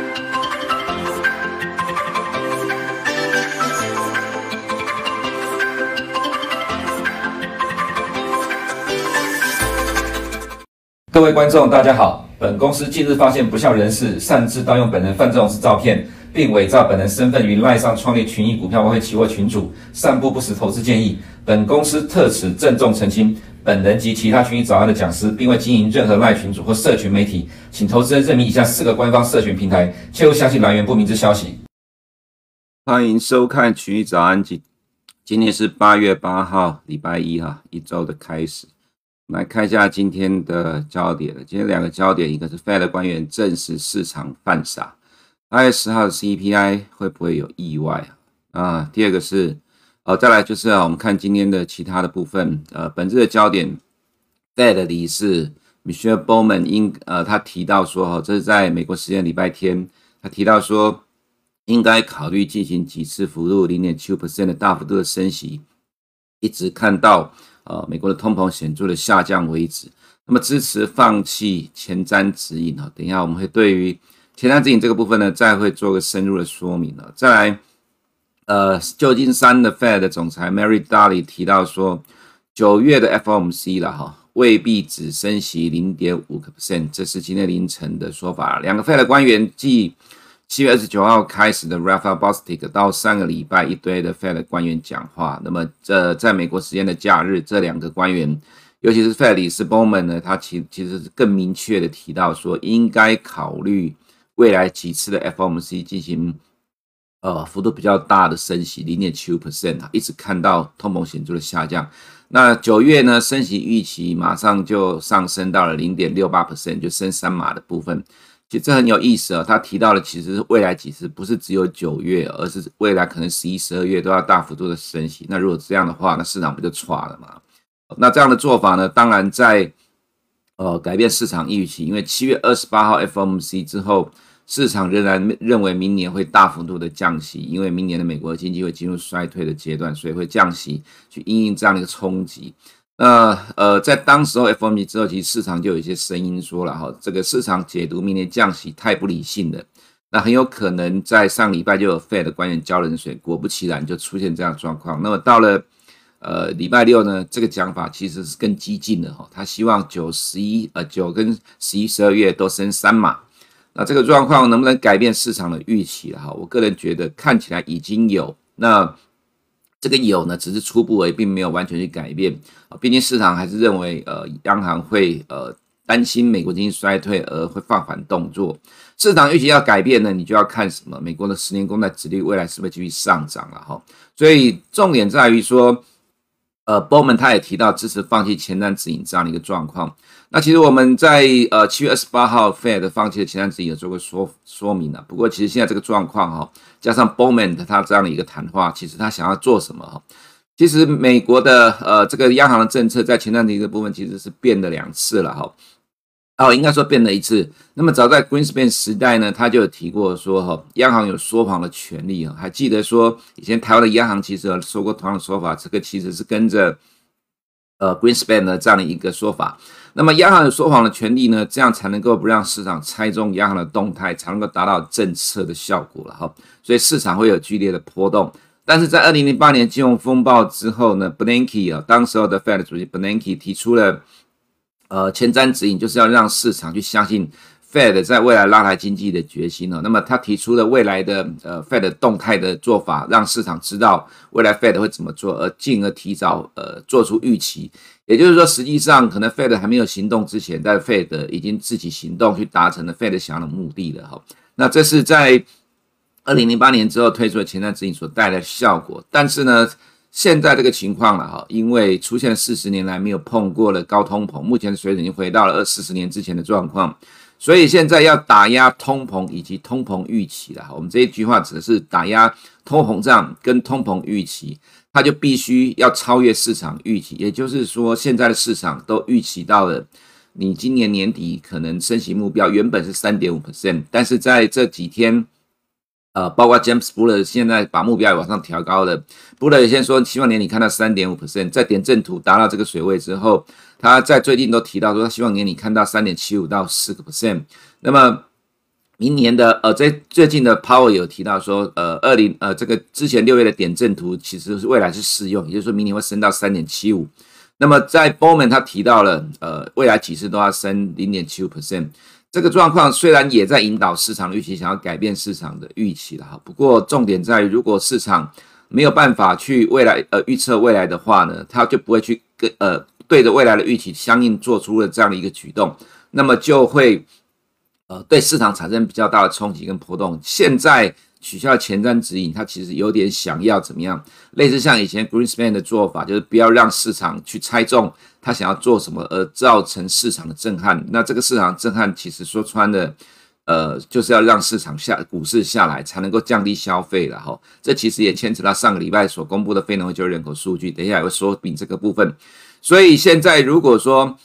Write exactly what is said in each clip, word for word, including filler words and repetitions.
各位观众，大家好。本公司近日发现不肖人士擅自盗用本人范仲式照片，并伪造本人身份于 LINE 上创立群益股票外汇期货群组，散布不实投资建议。本公司特此郑重澄清，本人及其他群益早安的讲师，并未经营任何 LINE 群组或社群媒体，请投资人认明以下四个官方社群平台，切勿相信来源不明之消息。 欢迎收看群益早安集，今天是八月八号，礼拜一哈，一周的开始。我们来看一下今天的焦点。今天两个焦点，一个是 Fed 官员证实市场犯傻，八月十号的 C P I 会不会有意外啊？啊，第二个是，呃，再来就是啊，我们看今天的其他的部分。呃，本日的焦点 ，Fed 理事 Michelle Bowman 应呃，他提到说，哈，这是在美国时间礼拜天，他提到说，应该考虑进行几次幅度 百分之零点七五 的大幅度的升息，一直看到。呃，美国的通膨显著的下降为止，那么支持放弃前瞻指引哈。等一下我们会对于前瞻指引这个部分呢，再会做个深入的说明了。再来，呃，旧金山的 Fed 总裁 Mary Daly 提到说，九月的 F O M C 啦哈，未必只升息 百分之零点五， 这是今天凌晨的说法。两个 Fed 官员继七月二十九号开始的 Raphael Bostic 到上个礼拜一堆的 Fed 官员讲话，那么这在美国时间的假日，这两个官员，尤其是 Fed 理事 Bowman 呢，他其其实是更明确的提到说，应该考虑未来几次的 F O M C 进行呃幅度比较大的升息 百分之零点七五， 一直看到通膨显著的下降。那九月呢，升息预期马上就上升到了 百分之零点六八， 就升三码的部分。其实这很有意思哦，他提到的其实是未来几次不是只有九月，而是未来可能十一、十二月都要大幅度的升息。那如果这样的话，那市场不就垮了吗？那这样的做法呢，当然在呃改变市场预期，因为七月二十八号 F O M C 之后，市场仍然认为明年会大幅度的降息，因为明年的美国经济会进入衰退的阶段，所以会降息去因应这样的一个冲击。那呃，在当时候 F O M C 之后，其实市场就有一些声音说了哈，这个市场解读明年降息太不理性了，那很有可能在上礼拜就有 Fed 的官员浇冷水，果不其然就出现这样的状况。那么到了呃礼拜六呢，这个讲法其实是更激进的哈，他希望九、十一呃九跟十一、十二月都升三码。那这个状况能不能改变市场的预期了哈？我个人觉得看起来已经有那。这个有呢，只是初步而已，并没有完全去改变。毕竟市场还是认为，呃，央行会呃担心美国经济衰退而会放缓动作。市场预期要改变呢，你就要看什么？美国的十年公债殖利率未来是不是继续上涨了哈？所以重点在于说，呃 ，Bowman 他也提到支持放弃前瞻指引这样的一个状况。那其实我们在呃七月二十八号 Fed 放弃的前瞻指引有做过说说明了。不过其实现在这个状况哈，加上 Bowman 他这样的一个谈话，其实他想要做什么哈？其实美国的呃这个央行的政策在前瞻指引的部分其实是变了两次了哈。哦，应该说变了一次。那么早在 Greenspan 时代呢，他就有提过说哈，央行有说谎的权利哈。还记得说以前台湾的央行其实有说过同样的说法，这个其实是跟着呃 Greenspan 的这样的一个说法。那么央行有说谎的权利呢，这样才能够不让市场猜中央行的动态，才能够达到政策的效果了哈。所以市场会有剧烈的波动。但是在二零零八年金融风暴之后呢 ，Bernanke 啊，当时候的 Fed 主席 Bernanke 提出了呃前瞻指引，就是要让市场去相信 Fed 在未来拉抬经济的决心哦。那么他提出了未来的呃 Fed 动态的做法，让市场知道未来 Fed 会怎么做，而进而提早呃做出预期。也就是说，实际上可能 Fed 还没有行动之前，但 Fed 已经自己行动去达成了 Fed 想要的目的了哈。那这是在二零零八年之后推出的前瞻指引所带来的效果。但是呢，现在这个情况了哈，因为出现了四十年来没有碰过的高通膨，目前的水准已经回到了二四十年之前的状况，所以现在要打压通膨以及通膨预期了。我们这一句话指的是打压通膨胀跟通膨预期。它就必须要超越市场预期，也就是说，现在的市场都预期到了，你今年年底可能升息目标原本是 百分之三点五， 但是在这几天，呃，包括 James Bullard 现在把目标也往上调高了。Bullard 也先说希望年底看到 百分之三点五， 在点阵图达到这个水位之后，他在最近都提到说，他希望年底看到 百分之三点七五 到 百分之四。那么明年的呃，在最近的 Powell 有提到说，呃，二零呃这个之前六月的点阵图其实是未来是适用，也就是说明年会升到 三点七五。那么在 Bowman 他提到了，呃，未来几次都要升 零点七五 percent。这个状况虽然也在引导市场的预期，想要改变市场的预期了哈。不过重点在于，如果市场没有办法去未来呃预测未来的话呢，它就不会去跟呃对着未来的预期相应做出了这样的一个举动，那么就会呃对市场产生比较大的冲击跟波动。现在取消前瞻指引，它其实有点想要怎么样，类似像以前 Greenspan 的做法，就是不要让市场去猜中他想要做什么，而造成市场的震撼。那这个市场震撼其实说穿了。呃，就是要让市场下股市下来，才能够降低消费了哈。这其实也牵扯到上个礼拜所公布的非农业就业人口数据，等一下也会说明这个部分。所以现在如果说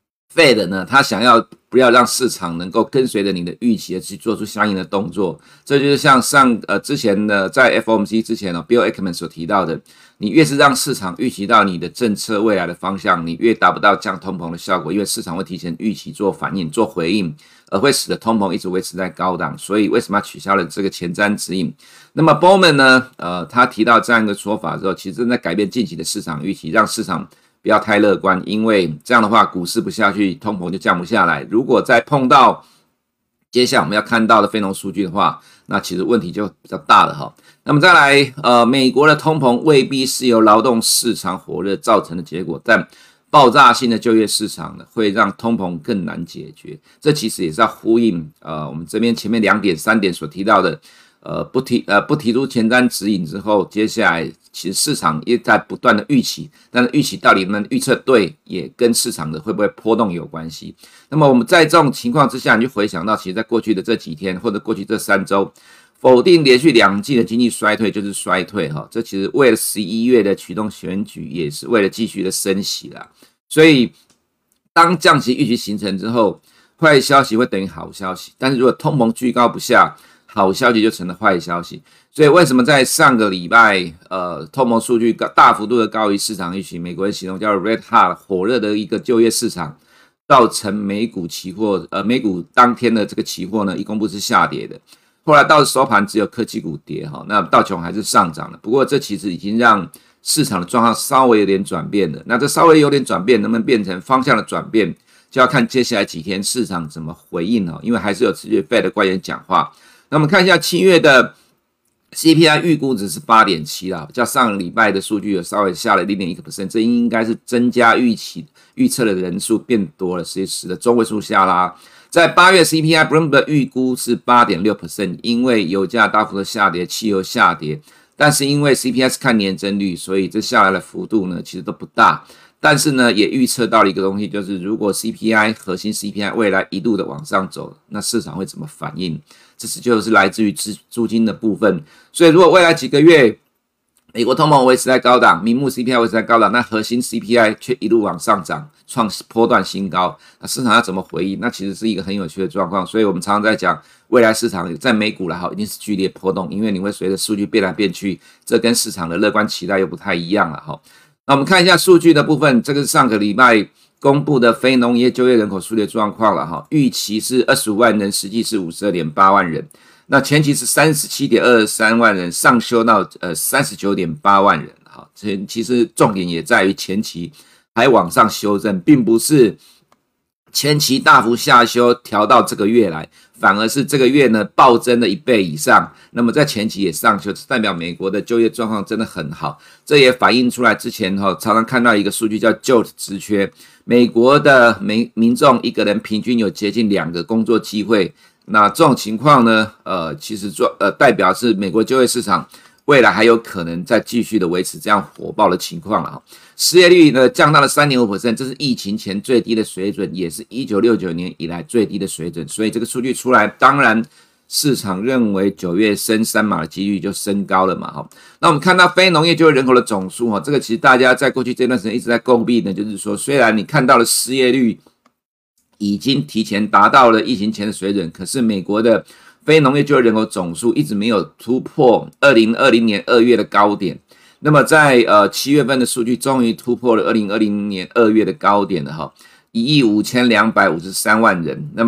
Fed 呢，他想要不要让市场能够跟随着你的预期去做出相应的动作，这就是像上呃之前呢，在 F O M C 之前呢 ，Bill Ackman 所提到的，你越是让市场预期到你的政策未来的方向，你越达不到降通膨的效果，因为市场会提前预期做反应、做回应。而会使得通膨一直维持在高档，所以为什么要取消了这个前瞻指引？那么 Bowman 呢？呃，他提到这样一个说法之后，其实正在改变近期的市场预期，让市场不要太乐观，因为这样的话，股市不下去，通膨就降不下来。如果再碰到接下来我们要看到的非农数据的话，那其实问题就比较大了哈。那么再来，呃，美国的通膨未必是由劳动市场火热造成的结果，但爆炸性的就业市场呢，会让通膨更难解决。这其实也是要呼应呃我们这边前面两点、三点所提到的，呃不提呃不提出前瞻指引之后，接下来其实市场也在不断的预期，但是预期到底能不能预测对，也跟市场的会不会波动有关系。那么我们在这种情况之下，你就回想到，其实在过去的这几天或者过去这三周，否定连续两季的经济衰退就是衰退哈，这其实为了十一月的启动选举，也是为了继续的升息啦。所以，当降息预期形成之后，坏消息会等于好消息。但是如果通膨居高不下，好消息就成了坏消息。所以为什么在上个礼拜，呃，通膨数据大幅度的高于市场预期，美国人形容叫 Red Hot 火热的一个就业市场，造成美股期货，呃，美股当天的这个期货呢，一公布是下跌的。后来到收盘只有科技股跌哈，那道琼还是上涨的。不过这其实已经让市场的状况稍微有点转变了，那这稍微有点转变，能不能变成方向的转变，就要看接下来几天市场怎么回应哦。因为还是有持续 Fed 的官员讲话。那我们看一下七月的 C P I 预估值是 八点七 啦，较上个礼拜的数据有稍微下了 零点一个百分点，这应该是增加预期预测的人数变多了，所以使得中位数下拉。在八月 C P I Bloomberg 的预估是 八点六 percent， 因为油价大幅的下跌，汽油下跌。但是因为 C P I 是看年增率，所以这下来的幅度呢其实都不大。但是呢，也预测到了一个东西，就是如果 C P I 核心 C P I 未来一路的往上走，那市场会怎么反应？这是就是来自于租金的部分。所以如果未来几个月美国通膨维持在高档，名目 C P I 维持在高档，那核心 C P I 却一路往上涨，创波段新高，那市场要怎么回应？那其实是一个很有趣的状况。所以我们常常在讲，未来市场在美股啦，好，一定是剧烈波动，因为你会随着数据变来变去，这跟市场的乐观期待又不太一样了哈。那我们看一下数据的部分，这个是上个礼拜公布的非农业就业人口数据的状况了哈，预期是二十五万人，实际是 五十二点八万人。那前期是 三十七点二十三万人，上修到呃 三十九点八万人哈。其实重点也在于前期还往上修正，并不是前期大幅下修调到这个月来，反而是这个月呢暴增了一倍以上。那么在前期也上修，代表美国的就业状况真的很好。这也反映出来之前哈常常看到一个数据叫 J O L T 职缺，美国的民民众一个人平均有接近两个工作机会。那这种情况呢，呃，其实做呃代表是美国就业市场未来还有可能再继续的维持这样火爆的情况了哈。失业率呢降到了 三点五 percent， 这是疫情前最低的水准，也是一九六九年以来最低的水准。所以这个数据出来，当然市场认为九月升三码的几率就升高了嘛哈。那我们看到非农业就业人口的总数哈，这个其实大家在过去这段时间一直在诟病的，就是说虽然你看到了失业率已经提前达到了疫情前的水准，可是美国的非农业就业人口总数一直没有突破二零二零年二月的高点。那么在呃七月份的数据终于突破了二零二零年二月的高点了哈，一亿五千两百五十三万人。那么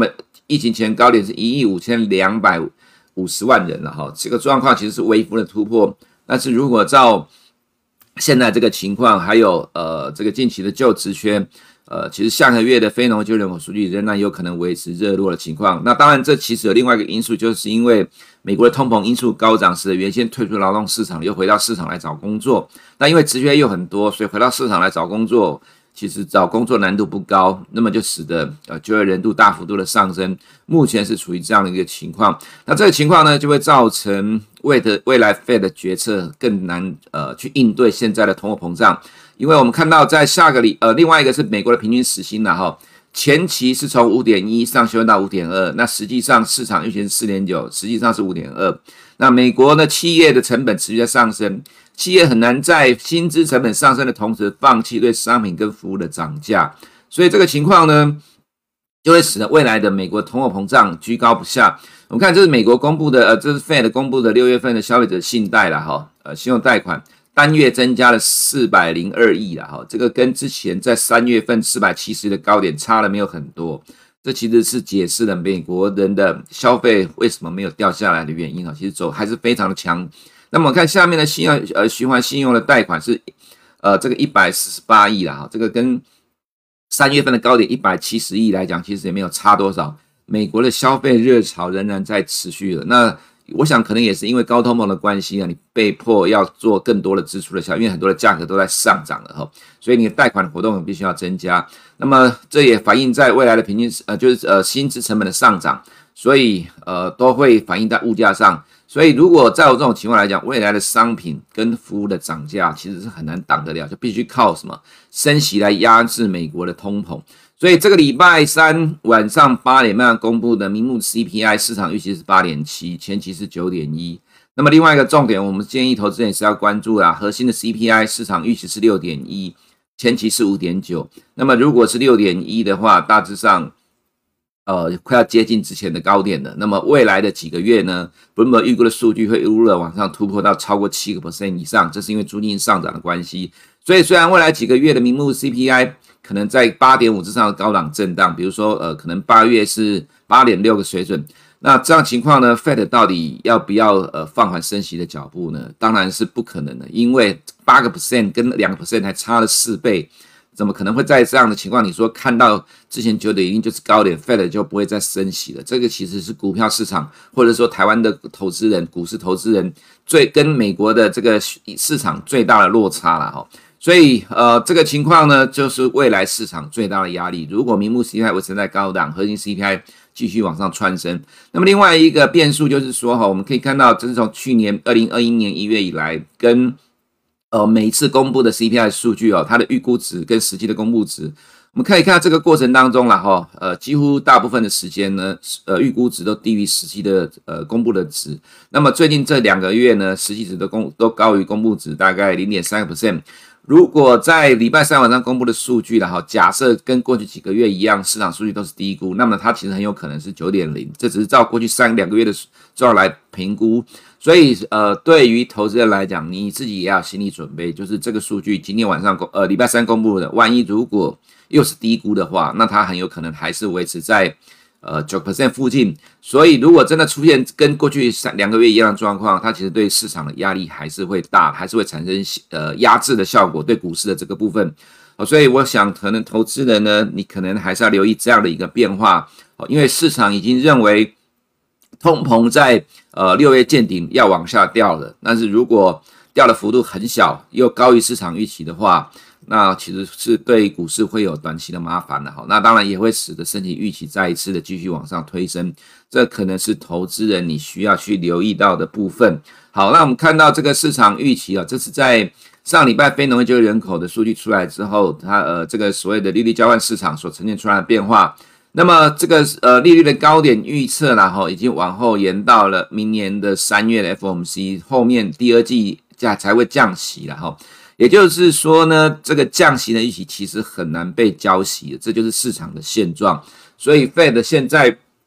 疫情前高点是一亿五千两百五十万人了哈，这个状况其实是微幅的突破。但是如果照现在这个情况，还有呃这个近期的就职缺，呃，其实下个月的非农就业人口数据仍然有可能维持热络的情况。那当然，这其实有另外一个因素，就是因为美国的通膨因素高涨，使得原先退出劳动市场又回到市场来找工作。那因为职缺又很多，所以回到市场来找工作，其实找工作难度不高，那么就使得呃就业人数大幅度的上升。目前是处于这样的一个情况。那这个情况呢，就会造成未的未来 Fed 的决策更难呃去应对现在的通货膨胀。因为我们看到在下个礼呃，另外一个是美国的平均时薪啦哈，前期是从 五点一 上修到 五点二， 那实际上市场预期是 四点九， 实际上是 五点二。那美国呢，企业的成本持续在上升，企业很难在薪资成本上升的同时放弃对商品跟服务的涨价，所以这个情况呢，就会使得未来的美国通货膨胀居高不下。我们看这是美国公布的呃，这是 Fed 公布的六月份的消费者信贷啦哈，呃，信用贷款。单月增加了四百零二亿啦哈，这个跟之前在三月份四百七十的高点差了没有很多，这其实是解释了美国人的消费为什么没有掉下来的原因啊，其实走还是非常的强。那么我们看下面的信用呃循环信用的贷款是呃这个一百四十八亿啦哈，这个跟三月份的高点一百七十亿来讲，其实也没有差多少。美国的消费热潮仍然在持续了，那我想可能也是因为高通膨的关系啊，你被迫要做更多的支出的效，因为很多的价格都在上涨了哈，所以你的贷款活动必须要增加。那么这也反映在未来的平均呃就是呃薪资成本的上涨，所以呃都会反映在物价上。所以如果在我这种情况来讲，未来的商品跟服务的涨价其实是很难挡得了，就必须靠什么升息来压制美国的通膨。所以这个礼拜三晚上八点半公布的名目 C P I 市场预期是 八点七， 前期是 九点一。 那么另外一个重点，我们建议投资人也是要关注啦，核心的 C P I 市场预期是 六点一， 前期是 五点九。 那么如果是 六点一 的话，大致上呃快要接近之前的高点了。那么未来的几个月呢， Bloomberg 预估的数据会一路的往上突破到超过 百分之七 以上，这是因为租金上涨的关系。所以虽然未来几个月的名目 C P I 可能在 八点五 之上的高档震荡，比如说呃，可能八月是 八点六 个水准，那这样情况呢 Fed 到底要不要呃放缓升息的脚步呢？当然是不可能的，因为 百分之八 跟 百分之二 还差了四倍，怎么可能会在这样的情况你说看到之前九点一就是高点 Fed 就不会再升息了？这个其实是股票市场或者说台湾的投资人股市投资人最跟美国的这个市场最大的落差啦齁。所以呃这个情况呢，就是未来市场最大的压力。如果名目 C P I 维持在高档，核心 C P I 继续往上窜升，那么另外一个变数就是说齁，我们可以看到这是从去年二零二一年一月以来跟呃，每一次公布的 C P I 数据哦，它的预估值跟实际的公布值，我们可以看到这个过程当中啦齁，呃，几乎大部分的时间呢，呃，预估值都低于实际的呃公布的值。那么最近这两个月呢，实际值都公都高于公布值，大概 百分之零点三。如果在礼拜三晚上公布的数据啦齁，假设跟过去几个月一样，市场数据都是低估，那么它其实很有可能是 九点零， 这只是照过去三两个月的状况来评估。所以呃，对于投资人来讲，你自己也要心理准备，就是这个数据今天晚上呃礼拜三公布的，万一如果又是低估的话，那它很有可能还是维持在呃 百分之九 附近。所以如果真的出现跟过去三两个月一样的状况，它其实对市场的压力还是会大，还是会产生呃压制的效果，对股市的这个部分。哦，所以我想可能投资人呢，你可能还是要留意这样的一个变化，哦，因为市场已经认为通膨在呃六月见顶要往下掉了，但是如果掉的幅度很小，又高于市场预期的话，那其实是对股市会有短期的麻烦的哈。那当然也会使得升息预期再一次的继续往上推升，这可能是投资人你需要去留意到的部分。好，那我们看到这个市场预期啊，这是在上礼拜非农业就业人口的数据出来之后，它呃这个所谓的利率交换市场所呈现出来的变化。那么这个呃利率的高点预测啦齁，已经往后延到了明年的三月的 F O M C 后面第二季价才会降息啦齁。也就是说呢，这个降息的预期其实很难被浇熄的，这就是市场的现状。所以 Fed 现在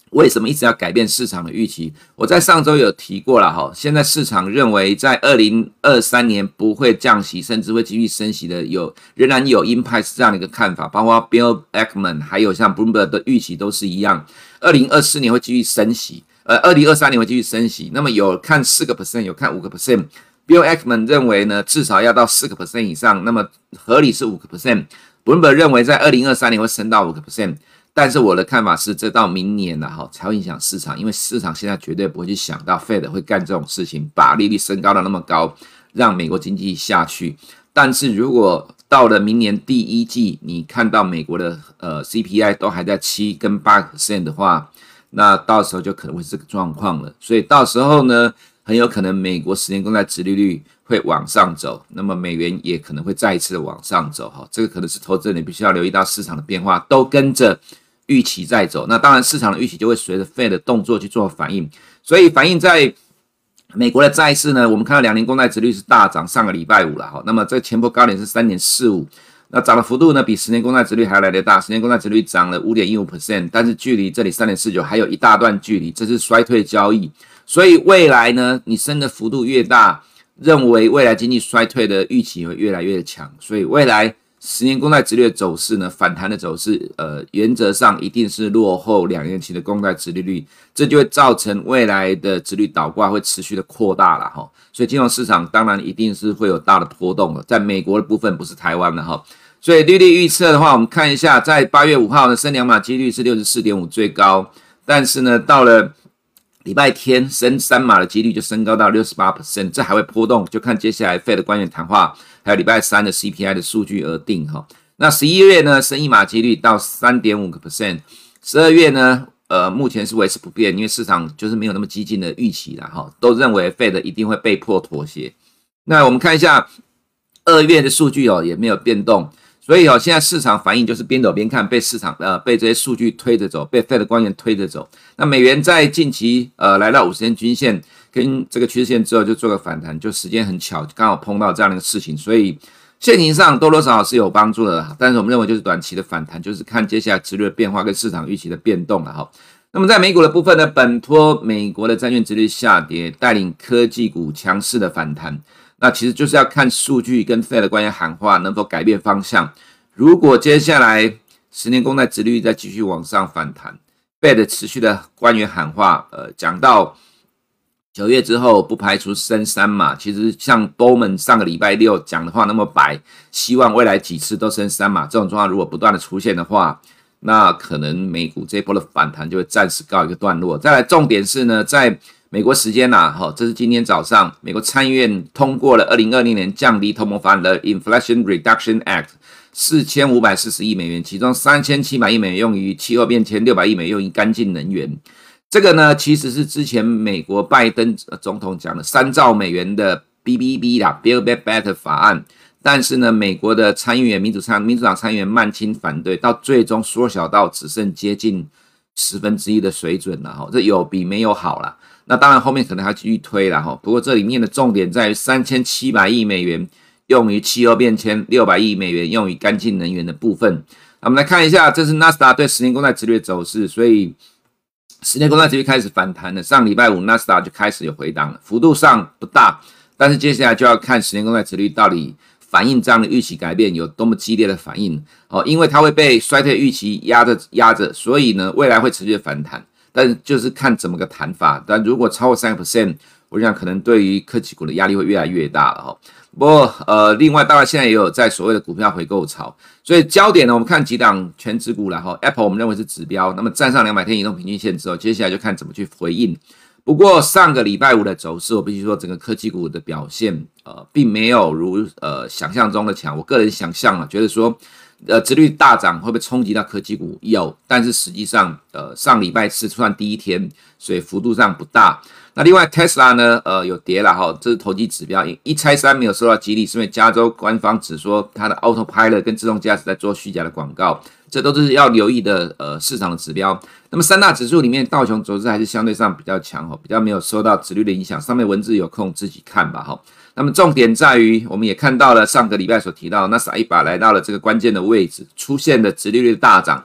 为什么一直要改变市场的预期？我在上周有提过了哈，现在市场认为在二零二三年不会降息，甚至会继续升息的有仍然有鹰派是这样的一个看法，包括 Bill Ackman 还有像 Bloomberg 的预期都是一样，二零二四年会继续升息，呃，二零二三年会继续升息。那么有看 百分之四 有看 百分之五。Bill Ackman 认为呢，至少要到 百分之四 以上，那么合理是 百分之五。Bloomberg 认为在二零二三年会升到 百分之五。但是我的看法是，这到明年了哈才会影响市场，因为市场现在绝对不会去想到 Fed 会干这种事情，把利率升高到那么高，让美国经济下去。但是如果到了明年第一季，你看到美国的呃 C P I 都还在七跟八 percent 的话，那到时候就可能会是这个状况了。所以到时候呢，很有可能美国十年公债殖利率会往上走，那么美元也可能会再一次的往上走哈。这个可能是投资人必须要留意到市场的变化，都跟着预期在走，那当然市场的预期就会随着 Fed 的动作去做反应，所以反映在美国的债市呢，我们看到两年公债殖利率是大涨，上个礼拜五了哈，那么这前波高点是 三点四五， 那涨的幅度呢比十年公债殖利率还要来得大，十年公债殖利率涨了 百分之五点一五， 但是距离这里 三点四九 还有一大段距离，这是衰退交易，所以未来呢，你升的幅度越大，认为未来经济衰退的预期会越来越强，所以未来十年公债殖利率的走势呢，反弹的走势，呃，原则上一定是落后两年期的公债殖利率，这就会造成未来的殖利率倒挂会持续的扩大了哈。所以金融市场当然一定是会有大的波动的，在美国的部分不是台湾的哈。所以利率预测的话，我们看一下，在八月五号呢，升两码几率是 百分之六十四点五 最高，但是呢，到了礼拜天升三码的几率就升高到 百分之六十八， 这还会波动，就看接下来 Fed 的官员谈话，还有礼拜三的 C P I 的数据而定哈。那十一月呢，升一码几率到 百分之三点五， 十二月呢，呃，目前是维持不变，因为市场就是没有那么激进的预期啦哈，都认为 Fed 一定会被迫妥协。那我们看一下二月的数据哦，也没有变动。所以哦，现在市场反应就是边走边看，被市场呃被这些数据推着走，被 Fed 的官员推着走。那美元在近期呃来到五十天均线跟这个趋势线之后，就做个反弹，就时间很巧，刚好碰到这样的一个事情，所以现行上多多少少是有帮助的。但是我们认为就是短期的反弹，就是看接下来殖利率的变化跟市场预期的变动了哈。那么在美股的部分呢，本波美国的债券殖利率下跌，带领科技股强势的反弹。那其实就是要看数据跟 Fed 的官员喊话能否改变方向。如果接下来十年公债殖利率再继续往上反弹 ，Fed 持续的官员喊话，呃，讲到九月之后不排除升三码。其实像 Bowman 上个礼拜六讲的话那么白，希望未来几次都升三码。这种状况如果不断的出现的话，那可能美股这一波的反弹就会暂时告一个段落。再来，重点是呢，在美国时间呐、啊，这是今天早上，美国参议院通过了二零二零年降低通膨法案的 Inflation Reduction Act， 四千五百四十亿美元，其中三千七百亿美元用于气候变迁，六百亿美元用于干净能源。这个呢，其实是之前美国拜登总统讲的三兆美元的 B B B 啦 ，Build Back Better 法案。但是呢，美国的参议员民主参民主党参议员曼青反对，到最终缩小到只剩接近十分之一的水准了哈，这有比没有好啦。那当然后面可能还继续推啦哈，不过这里面的重点在于三千七百亿美元用于气候变迁，六百亿美元用于干净能源的部分。那我们来看一下，这是纳斯达对十年公债殖利率走势，所以十年公债殖利率开始反弹了，上礼拜五纳斯达就开始有回档了，幅度上不大，但是接下来就要看十年公债殖利率到底反映这样的预期改变有多么激烈的反应哦，因为它会被衰退预期压着压着，所以呢未来会持续的反弹，但是就是看怎么个谈法。但如果超过 百分之三， 我想可能对于科技股的压力会越来越大了哈。不过呃，另外当然现在也有在所谓的股票回购潮，所以焦点呢，我们看几档全指股啦哈 ，Apple 我们认为是指标，那么站上两百天移动平均线之后，接下来就看怎么去回应。不过上个礼拜五的走势，我必须说整个科技股的表现，呃，并没有如呃想象中的强。我个人想象啊，觉得说，呃，殖利率大涨会不会冲击到科技股？有，但是实际上，呃，上礼拜是算第一天，所以幅度上不大。那另外 Tesla 呢，呃，有跌了哈，这是投机指标，一拆三没有受到激励，是因为加州官方只说它的 Autopilot 跟自动驾驶在做虚假的广告。这都是要留意的，呃，市场的指标。那么三大指数里面，道琼走势还是相对上比较强哈，比较没有受到殖利率的影响。上面文字有空自己看吧哈。那么重点在于，我们也看到了上个礼拜所提到，纳斯达克一百来到了这个关键的位置，出现了殖利率的大涨。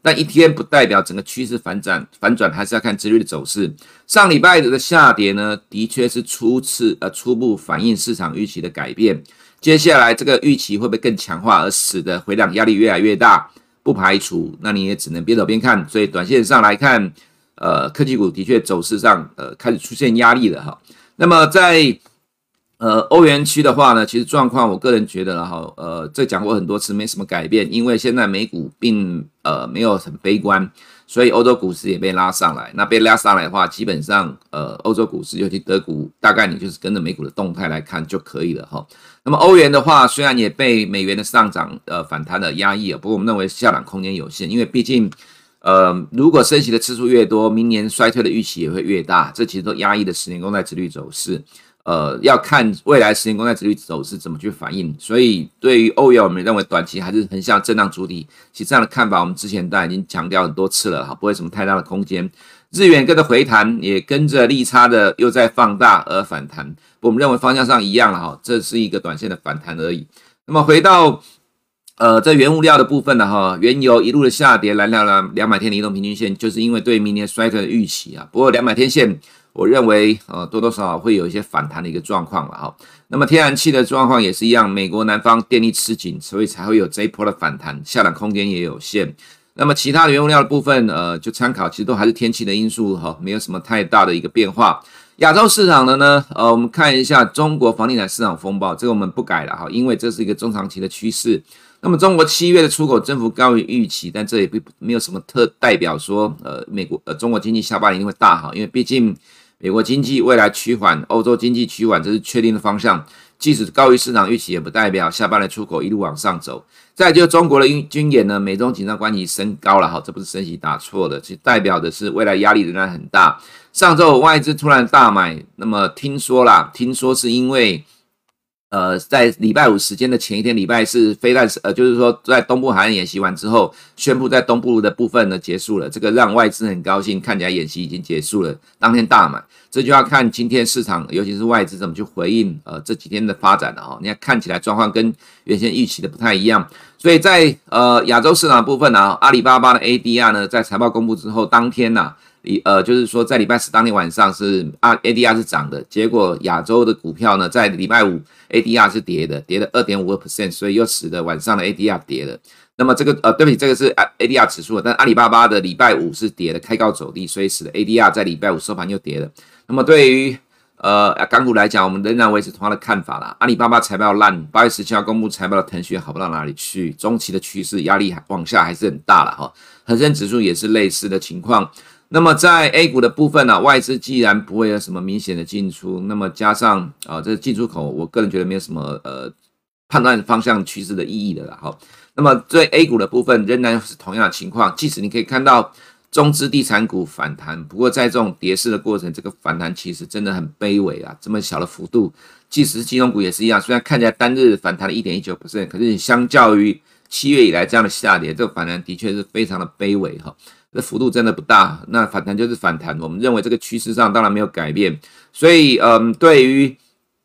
但一天不代表整个趋势反转，反转还是要看殖利率的走势。上礼拜的下跌呢，的确是初次呃初步反映市场预期的改变。接下来这个预期会不会更强化，而使得回档压力越来越大？不排除，那你也只能边走边看。所以短线上来看，呃，科技股的确走势上呃开始出现压力了哈。那么在呃欧元区的话呢，其实状况我个人觉得了哈，呃，这讲过很多次，没什么改变，因为现在美股并呃没有很悲观，所以欧洲股市也被拉上来。那被拉上来的话，基本上呃欧洲股市尤其德股，大概你就是跟着美股的动态来看就可以了哈。那么欧元的话，虽然也被美元的上涨呃反弹的压抑，不过我们认为下档空间有限，因为毕竟呃如果升息的次数越多，明年衰退的预期也会越大，这其实都压抑了十年公债殖利率走势。呃，要看未来十年公债殖利率走势怎么去反应，所以对于欧元，我们认为短期还是横向震荡主体。其实这样的看法，我们之前都已经强调很多次了，哈，不会有什么太大的空间。日元跟着回弹，也跟着利差的又在放大而反弹，我们认为方向上一样了哈，这是一个短线的反弹而已。那么回到呃这原物料的部分呢哈，原油一路的下跌，来到了两百天的移动平均线，就是因为对明年衰退的预期啊。不过两百天线，我认为呃多多少少会有一些反弹的一个状况了哈。那么天然气的状况也是一样，美国南方电力吃紧，所以才会有这一波的反弹，下档空间也有限。那么其他的原物料的部分，呃，就参考，其实都还是天气的因素哈，没有什么太大的一个变化。亚洲市场的呢，呃，我们看一下中国房地产市场风暴，这个我们不改了哈，因为这是一个中长期的趋势。那么中国七月的出口增幅高于预期，但这也不没有什么特代表说，呃，美国呃中国经济下半年一定会大好，因为毕竟美国经济未来趋缓，欧洲经济趋缓，这是确定的方向。即使高于市场预期，也不代表下半年出口一路往上走。再来就是中国的军演呢，美中紧张关系升高了哈，这不是升息打错的，其实代表的是未来压力仍然很大。上周外资突然大买，那么听说啦，听说是因为呃，在礼拜五时间的前一天，礼拜四飞弹呃，就是说在东部海岸演习完之后，宣布在东部的部分呢结束了，这个让外资很高兴，看起来演习已经结束了，当天大买，这就要看今天市场，尤其是外资怎么去回应呃这几天的发展了哈。你看看起来状况跟原先预期的不太一样，所以在呃亚洲市场的部分呢、啊，阿里巴巴的 A D R 呢，在财报公布之后当天呐、啊。呃，就是说在礼拜四当天晚上是啊 A D R 是涨的，结果亚洲的股票呢，在礼拜五 A D R 是跌的，跌了 百分之二点五， 所以又使得晚上的 A D R 跌了。那么这个呃，对不起，这个是 A D R 指数，但阿里巴巴的礼拜五是跌的，开高走低，所以使得 A D R 在礼拜五收盘又跌了。那么对于呃港股来讲，我们仍然维持同样的看法啦。阿里巴巴财报烂，八月十七号公布财报的腾讯好不到哪里去，中期的趋势压力往下还是很大了哈。恒生指数也是类似的情况。那么在 A 股的部分呢、啊，外资既然不会有什么明显的进出，那么加上啊、呃、这进出口，我个人觉得没有什么呃判断方向趋势的意义的啦哈。那么对 A 股的部分仍然是同样的情况，即使你可以看到中资地产股反弹，不过在这种跌势的过程，这个反弹其实真的很卑微啊，这么小的幅度，即使是金融股也是一样，虽然看起来单日反弹了 百分之一点一九， 可是相较于七月以来这样的下跌，这个反弹的确是非常的卑微哈。这幅度真的不大，那反弹就是反弹，我们认为这个趋势上当然没有改变，所以嗯，对于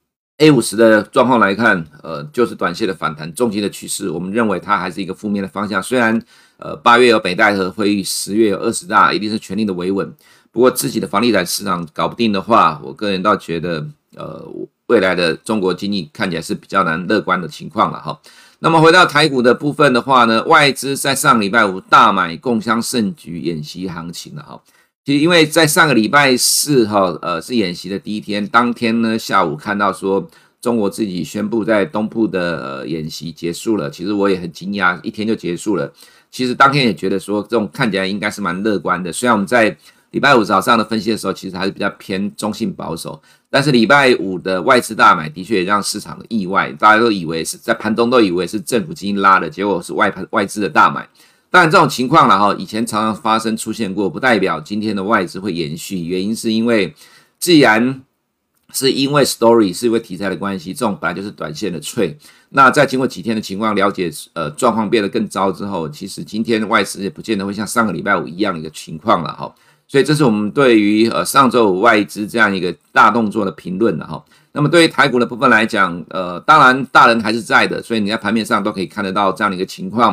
A 五十 的状况来看，呃，就是短线的反弹，中期的趋势，我们认为它还是一个负面的方向。虽然呃八月有北戴河会议，十月有二十大，一定是全力的维稳，不过自己的房地产市场搞不定的话，我个人倒觉得呃未来的中国经济看起来是比较难乐观的情况了哈。那么回到台股的部分的话呢，外资在上礼拜五大买共襄盛举演习行情了哈。其实因为在上个礼拜四哈，呃是演习的第一天，当天呢下午看到说中国自己宣布在东部的呃演习结束了，其实我也很惊讶，一天就结束了。其实当天也觉得说这种看起来应该是蛮乐观的，虽然我们在礼拜五早上的分析的时候，其实还是比较偏中性保守。但是礼拜五的外资大买的确也让市场的意外，大家都以为是在盘中都以为是政府基金拉的，结果是外盘外资的大买。当然这种情况啦哈，以前常常发生出现过，不代表今天的外资会延续。原因是因为既然是因为 story 是因为题材的关系，这种本来就是短线的脆。那在经过几天的情况了解，呃状况变得更糟之后，其实今天外资也不见得会像上个礼拜五一样的一个情况了哈。所以这是我们对于呃上周五外资这样一个大动作的评论了哈。那么对于台股的部分来讲，呃，当然大人还是在的，所以你在盘面上都可以看得到这样的一个情况。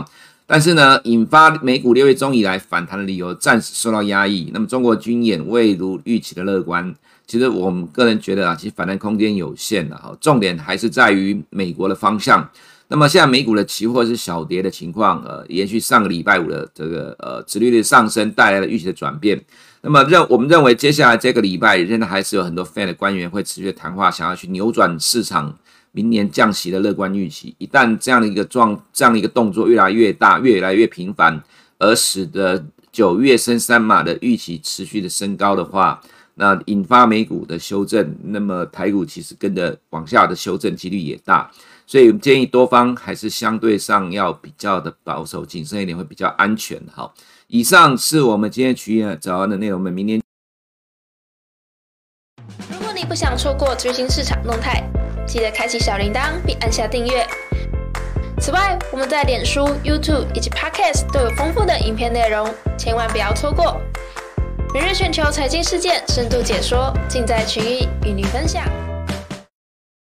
但是呢，引发美股六月中以来反弹的理由暂时受到压抑。那么中国军演未如预期的乐观，其实我们个人觉得啊，其实反弹空间有限的哈。重点还是在于美国的方向。那么现在美股的期货是小跌的情况，呃，延续上个礼拜五的这个呃殖利率上升带来了预期的转变。那么认我们认为接下来这个礼拜仍然还是有很多 Fed 的官员会持续谈话，想要去扭转市场明年降息的乐观预期。一旦这样的一个状这样的一个动作越来越大，越来越频繁，而使得九月升三码的预期持续的升高的话，那引发美股的修正，那么台股其实跟着往下的修正几率也大。所以我们建议多方还是相对上要比较的保守谨慎一点，会比较安全。好，以上是我们今天群益早安的内容，我们明天。 如果你不想错过最新市场动态，记得开启小铃铛并按下订阅。此外，我们在脸书、YouTube 以及 Podcast 都有丰富的影片内容，千万不要错过。每日全球财经事件深度解说，尽在群益与你分享。